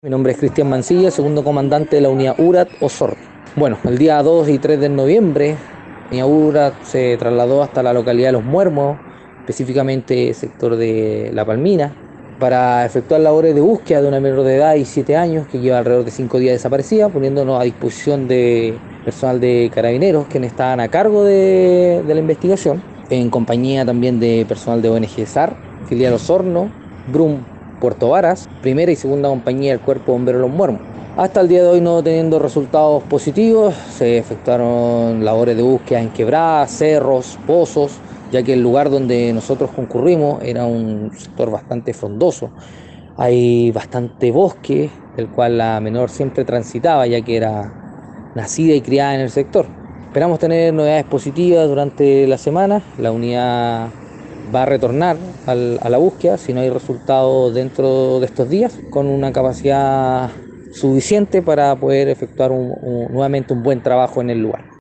Mi nombre es Cristian Mancilla, segundo comandante de la unidad URAT Osorno. Bueno, el día 2 y 3 de noviembre, la unidad URAT se trasladó hasta la localidad de Los Muermos, específicamente sector de La Palmina, para efectuar labores de búsqueda de una menor de edad y 7 años que lleva alrededor de 5 días desaparecida, poniéndonos a disposición de personal de carabineros quienes estaban a cargo de la investigación, en compañía también de personal de ONG SAR, filial Osorno, BRUM Puerto Varas, primera y segunda compañía del Cuerpo Bombero Los Muermos. Hasta el día de hoy no teniendo resultados positivos, se efectuaron labores de búsqueda en quebradas, cerros, pozos, ya que el lugar donde nosotros concurrimos era un sector bastante frondoso. Hay bastante bosque, el cual la menor siempre transitaba, ya que era nacida y criada en el sector. Esperamos tener novedades positivas durante la semana. La unidad va a retornar a la búsqueda si no hay resultados dentro de estos días, con una capacidad suficiente para poder efectuar nuevamente un buen trabajo en el lugar.